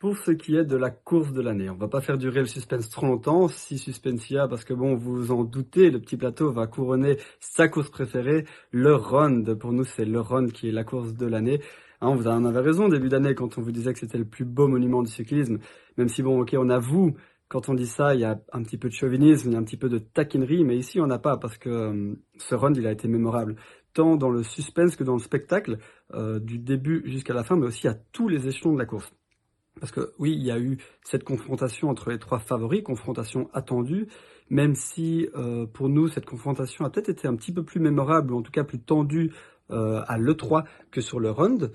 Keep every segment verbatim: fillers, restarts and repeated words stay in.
Pour ce qui est de la course de l'année, on va pas faire durer le suspense trop longtemps, si suspense il y a, parce que bon, vous vous en doutez, le petit plateau va couronner sa course préférée, le Ronde. Pour nous, c'est le Ronde qui est la course de l'année. Hein, vous en avez raison, début d'année, quand on vous disait que c'était le plus beau monument du cyclisme, même si bon, ok, on avoue, quand on dit ça, il y a un petit peu de chauvinisme, il y a un petit peu de taquinerie, mais ici, on n'a pas, parce que euh, ce Ronde, il a été mémorable, tant dans le suspense que dans le spectacle, euh, du début jusqu'à la fin, mais aussi à tous les échelons de la course. Parce que oui, il y a eu cette confrontation entre les trois favoris, confrontation attendue, même si euh, pour nous, cette confrontation a peut-être été un petit peu plus mémorable, ou en tout cas plus tendue euh, à l'E trois que sur le Round.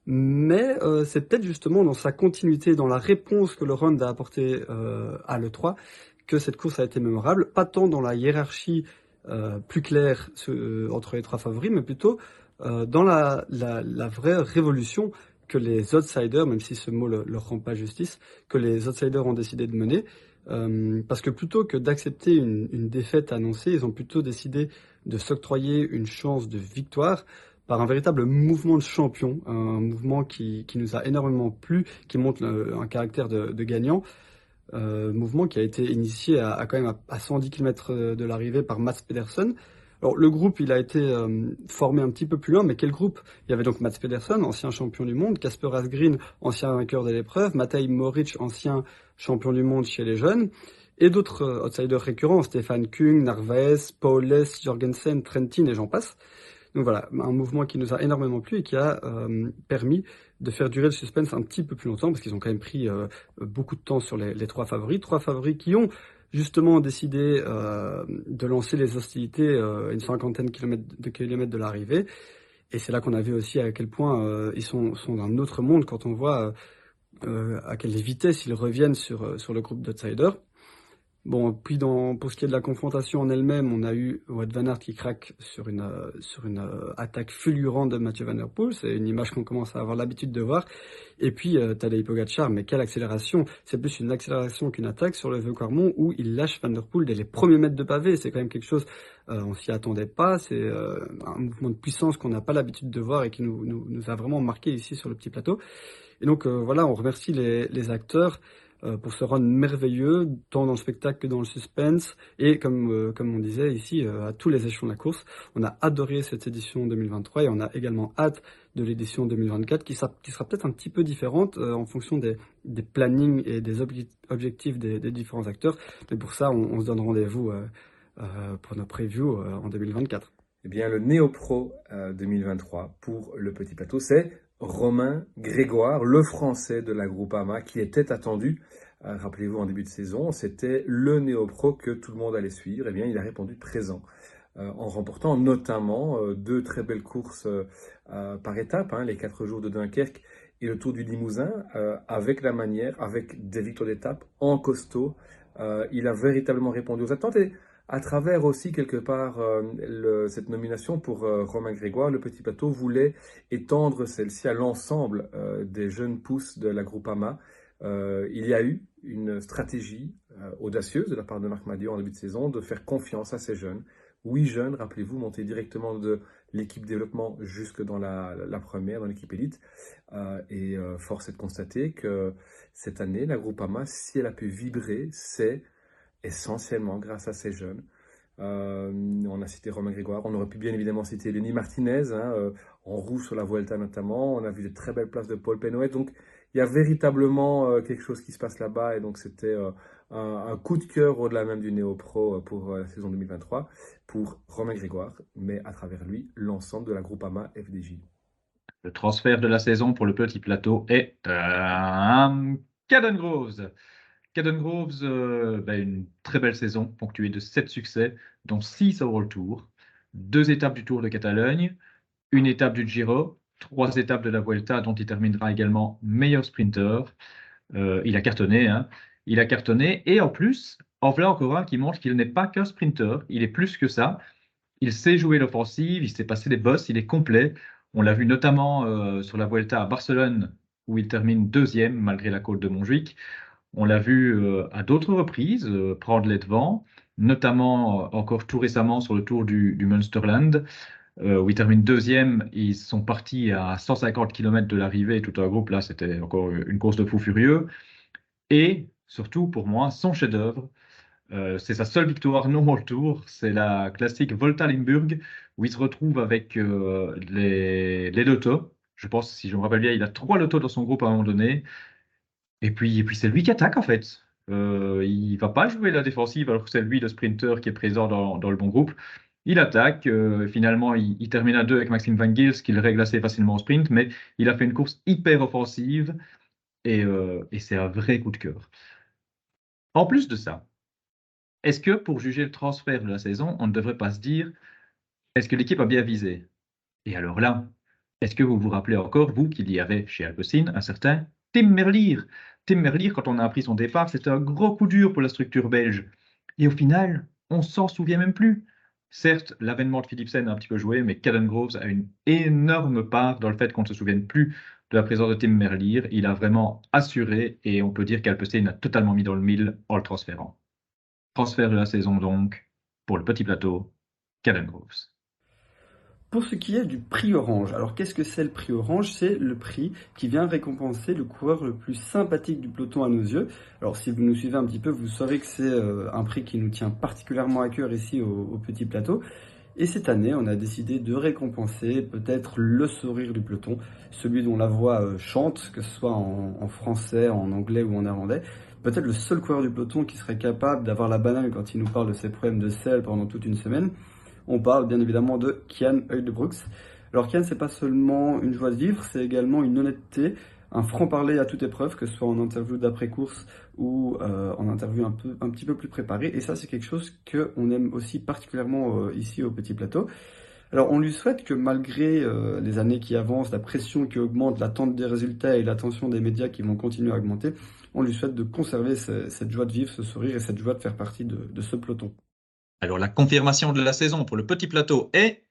Mais euh, c'est peut-être justement dans sa continuité, dans la réponse que le Round a apportée euh, à l'E trois, que cette course a été mémorable, pas tant dans la hiérarchie euh, plus claire euh, entre les trois favoris, mais plutôt euh, dans la, la, la vraie révolution que les outsiders, même si ce mot ne leur rend pas justice, que les outsiders ont décidé de mener. Euh, parce que plutôt que d'accepter une, une défaite annoncée, ils ont plutôt décidé de s'octroyer une chance de victoire par un véritable mouvement de champion, un mouvement qui, qui nous a énormément plu, qui montre le- un caractère de, de gagnant. Euh, mouvement qui a été initié à, à quand même à, à cent dix kilomètres de l'arrivée par Mats Pedersen. Alors le groupe, il a été euh, formé un petit peu plus loin, mais quel groupe? Il y avait donc Mats Pedersen, ancien champion du monde, Kasper Asgreen, ancien vainqueur de l'épreuve, Matej Moric, ancien champion du monde chez les jeunes, et d'autres euh, outsiders récurrents, Stefan Kung, Narvaez, Paules, Jorgensen, Trentin et j'en passe. Donc voilà, un mouvement qui nous a énormément plu et qui a euh, permis de faire durer le suspense un petit peu plus longtemps, parce qu'ils ont quand même pris euh, beaucoup de temps sur les, les trois favoris. Trois favoris qui ont justement décidé euh, de lancer les hostilités euh, une cinquantaine de kilomètres de, kilomètres de l'arrivée. Et c'est là qu'on a vu aussi à quel point euh, ils sont, sont d'un autre monde quand on voit euh, à quelle vitesse ils reviennent sur, euh, sur le groupe d'outsiders. Bon, puis dans, pour ce qui est de la confrontation en elle-même, on a eu Wout van Aert qui craque sur une, euh, sur une euh, attaque fulgurante de Mathieu Van Der Poel. C'est une image qu'on commence à avoir l'habitude de voir. Et puis euh, Tadej Pogacar, mais quelle accélération! C'est plus une accélération qu'une attaque sur le Vieux Quarmont où il lâche Van Der Poel dès les premiers mètres de pavé. C'est quand même quelque chose, euh, on s'y attendait pas. C'est euh, un mouvement de puissance qu'on n'a pas l'habitude de voir et qui nous, nous, nous a vraiment marqué ici sur le petit plateau. Et donc euh, voilà, on remercie les, les acteurs euh, pour ce run merveilleux, tant dans le spectacle que dans le suspense, et comme, euh, comme on disait ici, euh, à tous les échelons de la course. On a adoré cette édition deux mille vingt-trois et on a également hâte de l'édition deux mille vingt-quatre qui sera, qui sera peut-être un petit peu différente euh, en fonction des, des plannings et des obje- objectifs des, des différents acteurs. Mais pour ça, on, on se donne rendez-vous euh, euh, pour nos previews euh, en deux mille vingt-quatre. Eh bien, le Néo-Pro euh, deux mille vingt-trois pour le petit plateau, c'est Romain Grégoire, le Français de la Groupama, qui était attendu. Euh, rappelez-vous, en début de saison, c'était le Néo-Pro que tout le monde allait suivre. Eh bien, il a répondu présent, euh, en remportant notamment euh, deux très belles courses euh, euh, par étapes, hein, les quatre jours de Dunkerque et le Tour du Limousin, euh, avec la manière, avec des victoires d'étape en costaud. Euh, il a véritablement répondu aux attentes et à travers aussi, quelque part, euh, le, cette nomination pour euh, Romain Grégoire, le Petit Plateau voulait étendre celle-ci à l'ensemble euh, des jeunes pousses de la Groupama. Euh, il y a eu une stratégie euh, audacieuse de la part de Marc Madiot en début de saison de faire confiance à ces jeunes. Huit jeunes, rappelez-vous, montés directement de l'équipe développement jusque dans la, la première, dans l'équipe élite. Euh, et euh, force est de constater que cette année, la Groupama, si elle a pu vibrer, c'est essentiellement grâce à ces jeunes. Euh, on a cité Romain Grégoire, on aurait pu bien évidemment citer Lenny Martinez, hein, euh, en roue sur la Vuelta notamment. On a vu de très belles places de Paul Penouet. Donc il y a véritablement euh, quelque chose qui se passe là-bas et donc c'était euh, un, un coup de cœur au-delà même du Néo-Pro euh, pour euh, la saison deux mille vingt-trois pour Romain Grégoire, mais à travers lui, l'ensemble de la Groupama F D J. Le transfert de la saison pour le petit plateau est euh, Caden Groves. Caden Groves, euh, ben, une très belle saison ponctuée de sept succès, dont six au World Tour, deux étapes du Tour de Catalogne, une étape du Giro, trois étapes de la Vuelta, dont il terminera également meilleur sprinter. Euh, il a cartonné, hein. Il a cartonné, et en plus, en voilà encore un qui montre qu'il n'est pas qu'un sprinter, il est plus que ça. Il sait jouer l'offensive, il sait passer des bosses, il est complet. On l'a vu notamment euh, sur la Vuelta à Barcelone, où il termine deuxième malgré la côte de Montjuic. On l'a vu euh, à d'autres reprises euh, prendre les devants, notamment euh, encore tout récemment sur le Tour du, du Münsterland. euh, où il termine deuxième. Ils sont partis à cent cinquante kilomètres de l'arrivée, tout un groupe. Là, c'était encore une course de fou furieux. Et surtout, pour moi, son chef-d'œuvre, euh, c'est sa seule victoire non au Tour. C'est la classique Volta à Limburg, où il se retrouve avec euh, les, les lotos. Je pense, si je me rappelle bien, il a trois lotos dans son groupe à un moment donné. Et puis, et puis c'est lui qui attaque, en fait. Euh, il va pas jouer la défensive, alors que c'est lui le sprinter qui est présent dans, dans le bon groupe. Il attaque. Euh, finalement, il, il termine à deux avec Maxime Van Gils, qui le règle assez facilement au sprint, mais il a fait une course hyper offensive et, euh, et c'est un vrai coup de cœur. En plus de ça, est-ce que pour juger le transfert de la saison, on ne devrait pas se dire, est-ce que l'équipe a bien visé? Et alors là, est-ce que vous vous rappelez encore, vous, qu'il y avait chez Alpecin un certain Tim Merlier? Tim Merlier, quand on a appris son départ, c'était un gros coup dur pour la structure belge. Et au final, on s'en souvient même plus. Certes, l'avènement de Philipsen a un petit peu joué, mais Caden Groves a une énorme part dans le fait qu'on ne se souvienne plus de la présence de Tim Merlier. Il a vraiment assuré et on peut dire qu'Alpecin a totalement mis dans le mille en le transférant. Transfert de la saison donc, pour le petit plateau, Caden Groves. Pour ce qui est du prix Orange, alors qu'est-ce que c'est le prix Orange? C'est le prix qui vient récompenser le coureur le plus sympathique du peloton à nos yeux. Alors si vous nous suivez un petit peu, vous saurez que c'est euh, un prix qui nous tient particulièrement à cœur ici au, au Petit Plateau. Et cette année, on a décidé de récompenser peut-être le sourire du peloton, celui dont la voix euh, chante, que ce soit en, en français, en anglais ou en néerlandais. Peut-être le seul coureur du peloton qui serait capable d'avoir la banane quand il nous parle de ses problèmes de sel pendant toute une semaine. On parle bien évidemment de Kian Heudebrooks. Alors Kian, c'est pas seulement une joie de vivre, c'est également une honnêteté, un franc-parler à toute épreuve, que ce soit en interview d'après-course ou euh, en interview un, peu, un petit peu plus préparée. Et ça, c'est quelque chose qu'on aime aussi particulièrement euh, ici au Petit Plateau. Alors on lui souhaite que malgré euh, les années qui avancent, la pression qui augmente, l'attente des résultats et l'attention des médias qui vont continuer à augmenter, on lui souhaite de conserver ce, cette joie de vivre, ce sourire et cette joie de faire partie de, de ce peloton. Alors, la confirmation de la saison pour le petit plateau est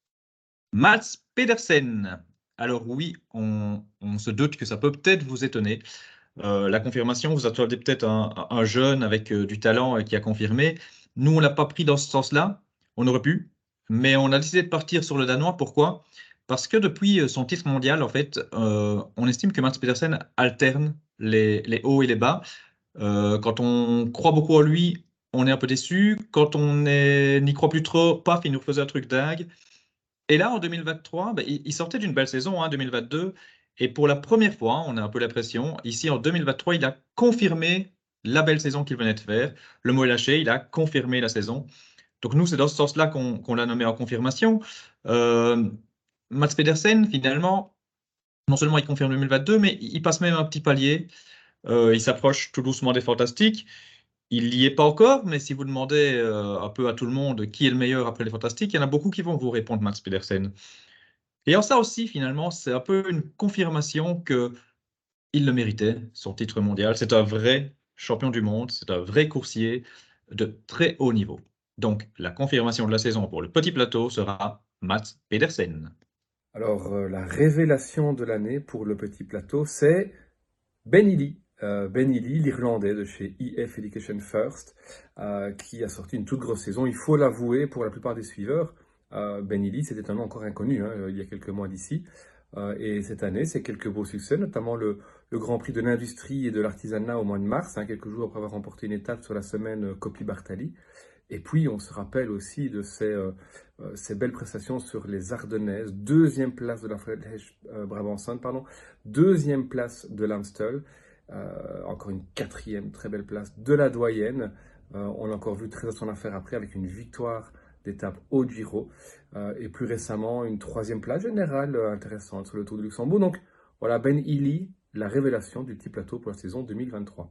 Mats Pedersen. Alors oui, on, on se doute que ça peut peut-être vous étonner. Euh, la confirmation, vous attendez peut-être un, un jeune avec euh, du talent et qui a confirmé. Nous, on l'a pas pris dans ce sens-là. On aurait pu, mais on a décidé de partir sur le Danois. Pourquoi? Parce que depuis euh, son titre mondial, en fait, euh, on estime que Mats Pedersen alterne les, les hauts et les bas. Euh, quand on croit beaucoup en lui, on est un peu déçu. Quand on est- n'y croit plus trop, paf, il nous faisait un truc dingue. Et là, en deux mille vingt-trois, bah, il, il sortait d'une belle saison, hein, deux mille vingt-deux. Et pour la première fois, on a un peu l'impression, ici en deux mille vingt-trois, il a confirmé la belle saison qu'il venait de faire. Le mot est lâché, il a confirmé la saison. Donc nous, c'est dans ce sens-là qu'on qu'on l'a nommé en confirmation. Euh, Mats Pedersen, finalement, non seulement il confirme deux mille vingt-deux, mais il passe même un petit palier. Euh, il s'approche tout doucement des fantastiques. Il n'y est pas encore, mais si vous demandez euh, un peu à tout le monde qui est le meilleur après les fantastiques, il y en a beaucoup qui vont vous répondre Mats Pedersen. Et en ça aussi, finalement, c'est un peu une confirmation que il le méritait, son titre mondial. C'est un vrai champion du monde, c'est un vrai coursier de très haut niveau. Donc, la confirmation de la saison pour le petit plateau sera Mats Pedersen. Alors, euh, la révélation de l'année pour le petit plateau, c'est Ben Illy. Euh, Ben Illy, l'Irlandais de chez E F Education First, euh, qui a sorti une toute grosse saison. Il faut l'avouer, pour la plupart des suiveurs, euh, Ben Illy, c'était un nom encore inconnu hein, il y a quelques mois d'ici. Euh, et cette année, c'est quelques beaux succès, notamment le, le Grand Prix de l'Industrie et de l'Artisanat au mois de mars, hein, quelques jours après avoir remporté une étape sur la semaine euh, Coppi-Bartali. Et puis, on se rappelle aussi de ces, euh, euh, ces belles prestations sur les Ardennaises, deuxième place de la Flèche euh, Brabançonne, pardon, deuxième place de l'Amstel, euh, encore une quatrième très belle place de la Doyenne. Euh, on l'a encore vu très à son affaire après avec une victoire d'étape au Giro. Euh, et plus récemment, une troisième place générale euh, intéressante sur le Tour de Luxembourg. Donc voilà, Ben Illy, la révélation du petit plateau pour la saison deux mille vingt-trois.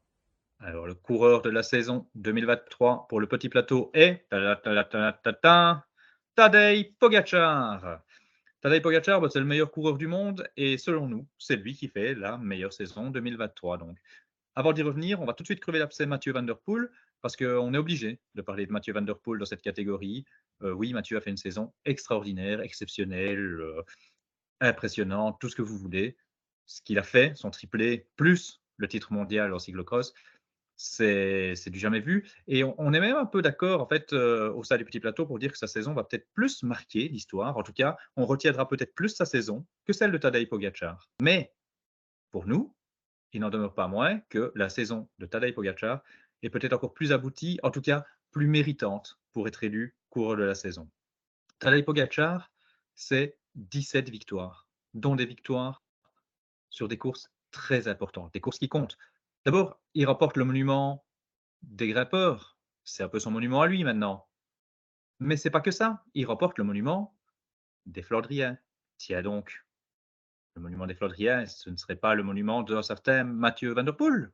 Alors, le coureur de la saison deux mille vingt-trois pour le petit plateau est Tadej Pogacar. Tadej Pogacar, bah, c'est le meilleur coureur du monde et selon nous, c'est lui qui fait la meilleure saison deux mille vingt-trois. Donc, avant d'y revenir, on va tout de suite crever l'abcès Mathieu Van Der Poel parce qu'on est obligé de parler de Mathieu Van Der Poel dans cette catégorie. Euh, oui, Mathieu a fait une saison extraordinaire, exceptionnelle, euh, impressionnante, tout ce que vous voulez. Ce qu'il a fait, son triplé, plus le titre mondial en cyclocross, c'est c'est du jamais vu et on on est même un peu d'accord en fait, heu, au sein du Petit Plateau pour dire que sa saison va peut-être plus marquer l'histoire. En tout cas, on retiendra peut-être plus sa saison que celle de Tadej Pogačar. Mais pour nous, il n'en demeure pas moins que la saison de Tadej Pogačar est peut-être encore plus aboutie, en tout cas plus méritante pour être élu coureur de la saison. Tadej Pogačar, c'est dix-sept victoires, dont des victoires sur des courses très importantes, des courses qui comptent. D'abord, il remporte le monument des grimpeurs, c'est un peu son monument à lui maintenant. Mais c'est pas que ça, il remporte le monument des Flandriens. Tiens donc, le monument des Flandriens, ce ne serait pas le monument d'un certain Mathieu Van Der Poel.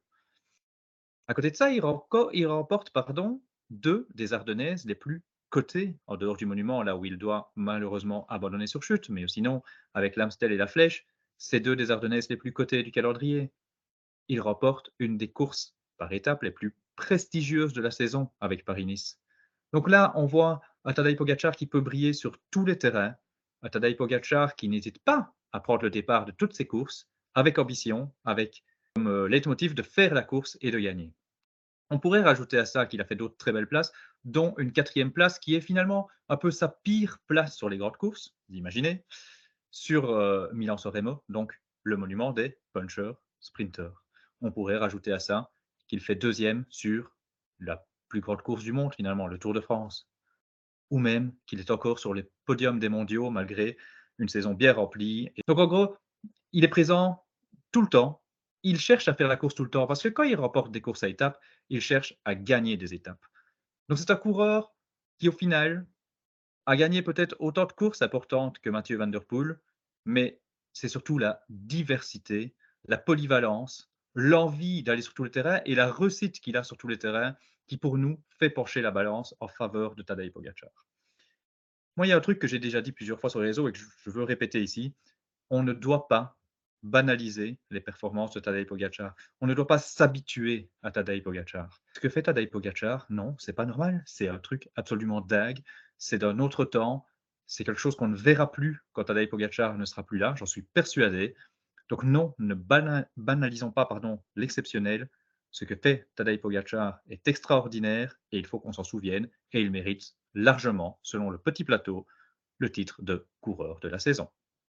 À côté de ça, il, renco- il remporte pardon, deux des Ardennaises les plus cotées, en dehors du monument, là où il doit malheureusement abandonner sur chute, mais sinon, avec l'Amstel et la Flèche, c'est deux des Ardennaises les plus cotées du calendrier. Il remporte une des courses par étapes les plus prestigieuses de la saison avec Paris-Nice. Donc là, on voit un Tadej Pogačar qui peut briller sur tous les terrains, un Tadej Pogačar qui n'hésite pas à prendre le départ de toutes ses courses, avec ambition, avec comme euh, leitmotiv de faire la course et de gagner. On pourrait rajouter à ça qu'il a fait d'autres très belles places, dont une quatrième place qui est finalement un peu sa pire place sur les grandes courses, vous imaginez, sur euh, Milan-San Remo, donc le monument des punchers sprinters. On pourrait rajouter à ça qu'il fait deuxième sur la plus grande course du monde finalement, le Tour de France, ou même qu'il est encore sur les podiums des mondiaux malgré une saison bien remplie. Et donc en gros, il est présent tout le temps, il cherche à faire la course tout le temps, parce que quand il remporte des courses à étapes, il cherche à gagner des étapes. Donc c'est un coureur qui au final a gagné peut-être autant de courses importantes que Mathieu Van Der Poel, mais c'est surtout la diversité, la polyvalence, l'envie d'aller sur tous les terrains et la réussite qu'il a sur tous les terrains qui, pour nous, fait pencher la balance en faveur de Tadej Pogačar. Moi, il y a un truc que j'ai déjà dit plusieurs fois sur les réseaux et que je veux répéter ici. On ne doit pas banaliser les performances de Tadej Pogačar. On ne doit pas s'habituer à Tadej Pogačar. Ce que fait Tadej Pogačar, non, c'est pas normal. C'est un truc absolument dingue. C'est d'un autre temps. C'est quelque chose qu'on ne verra plus quand Tadej Pogačar ne sera plus là. J'en suis persuadé. Donc non, ne banalisons pas pardon, l'exceptionnel. Ce que fait Tadej Pogačar est extraordinaire et il faut qu'on s'en souvienne et il mérite largement, selon le Petit Plateau, le titre de coureur de la saison.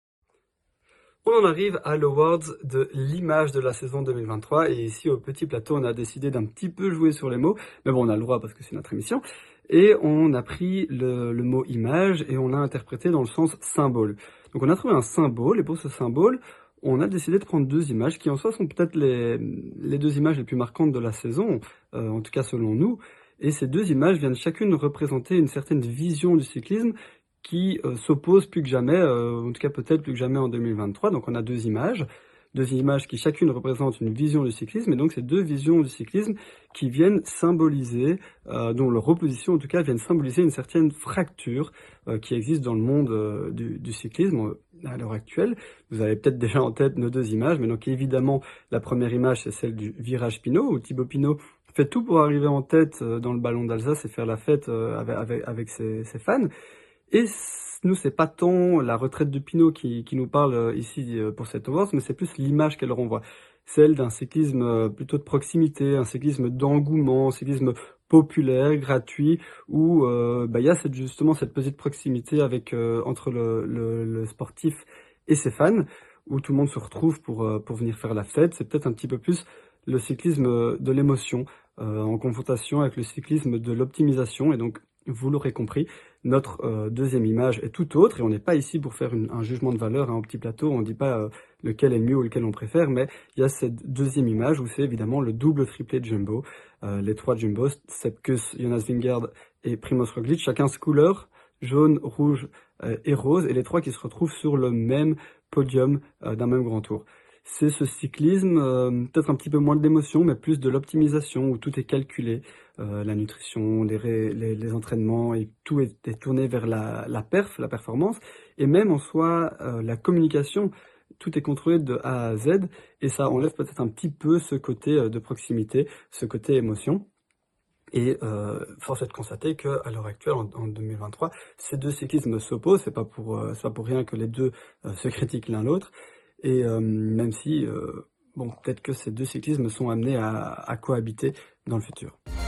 On en arrive à l'Awards de l'image de la saison deux mille vingt-trois et ici au Petit Plateau on a décidé d'un petit peu jouer sur les mots, mais bon on a le droit parce que c'est notre émission, et on a pris le, le mot image et on l'a interprété dans le sens symbole. Donc on a trouvé un symbole et pour ce symbole on a décidé de prendre deux images qui en soi sont peut-être les, les deux images les plus marquantes de la saison, euh, en tout cas selon nous, et ces deux images viennent chacune représenter une certaine vision du cyclisme qui euh, s'opposent plus que jamais, euh, en tout cas peut-être plus que jamais en deux mille vingt-trois. Donc on a deux images, deux images qui chacune représentent une vision du cyclisme, et donc ces deux visions du cyclisme qui viennent symboliser, euh, dont leur opposition en tout cas, viennent symboliser une certaine fracture euh, qui existe dans le monde euh, du, du cyclisme à l'heure actuelle. Vous avez peut-être déjà en tête nos deux images, mais donc évidemment la première image c'est celle du virage Pinot, où Thibaut Pinot fait tout pour arriver en tête euh, dans le ballon d'Alsace et faire la fête euh, avec, avec, avec ses, ses fans. Et nous, c'est pas tant la retraite de Pinot qui, qui nous parle ici pour cette Awards, mais c'est plus l'image qu'elle renvoie. Celle d'un cyclisme plutôt de proximité, un cyclisme d'engouement, un cyclisme populaire, gratuit, où euh, bah, y a cette, justement cette petite proximité avec, euh, entre le, le, le sportif et ses fans, où tout le monde se retrouve pour, euh, pour venir faire la fête. C'est peut-être un petit peu plus le cyclisme de l'émotion, euh, en confrontation avec le cyclisme de l'optimisation, et donc vous l'aurez compris, notre euh, deuxième image est tout autre, et on n'est pas ici pour faire une, un jugement de valeur hein, au Petit Plateau, on ne dit pas euh, lequel est le mieux ou lequel on préfère, mais il y a cette deuxième image où c'est évidemment le double triplé de Jumbo, euh, les trois Jumbo, Sepp-Kuss, Jonas Vingegaard et Primož Roglic, chacun ses couleurs, jaune, rouge euh, et rose, et les trois qui se retrouvent sur le même podium euh, d'un même grand tour. C'est ce cyclisme, euh, peut-être un petit peu moins de l'émotion, mais plus de l'optimisation, où tout est calculé, euh, la nutrition, les, ré, les, les entraînements, et tout est, est tourné vers la, la perf, la performance, et même en soi, euh, la communication, tout est contrôlé de A à Z, et ça enlève peut-être un petit peu ce côté euh, de proximité, ce côté émotion. Et euh, force est de constater qu'à l'heure actuelle, en, en deux mille vingt-trois, ces deux cyclismes s'opposent, c'est pas pour, euh, c'est pas pour rien que les deux euh, se critiquent l'un l'autre. Et euh, même si, euh, bon, peut-être que ces deux cyclismes sont amenés à, à cohabiter dans le futur.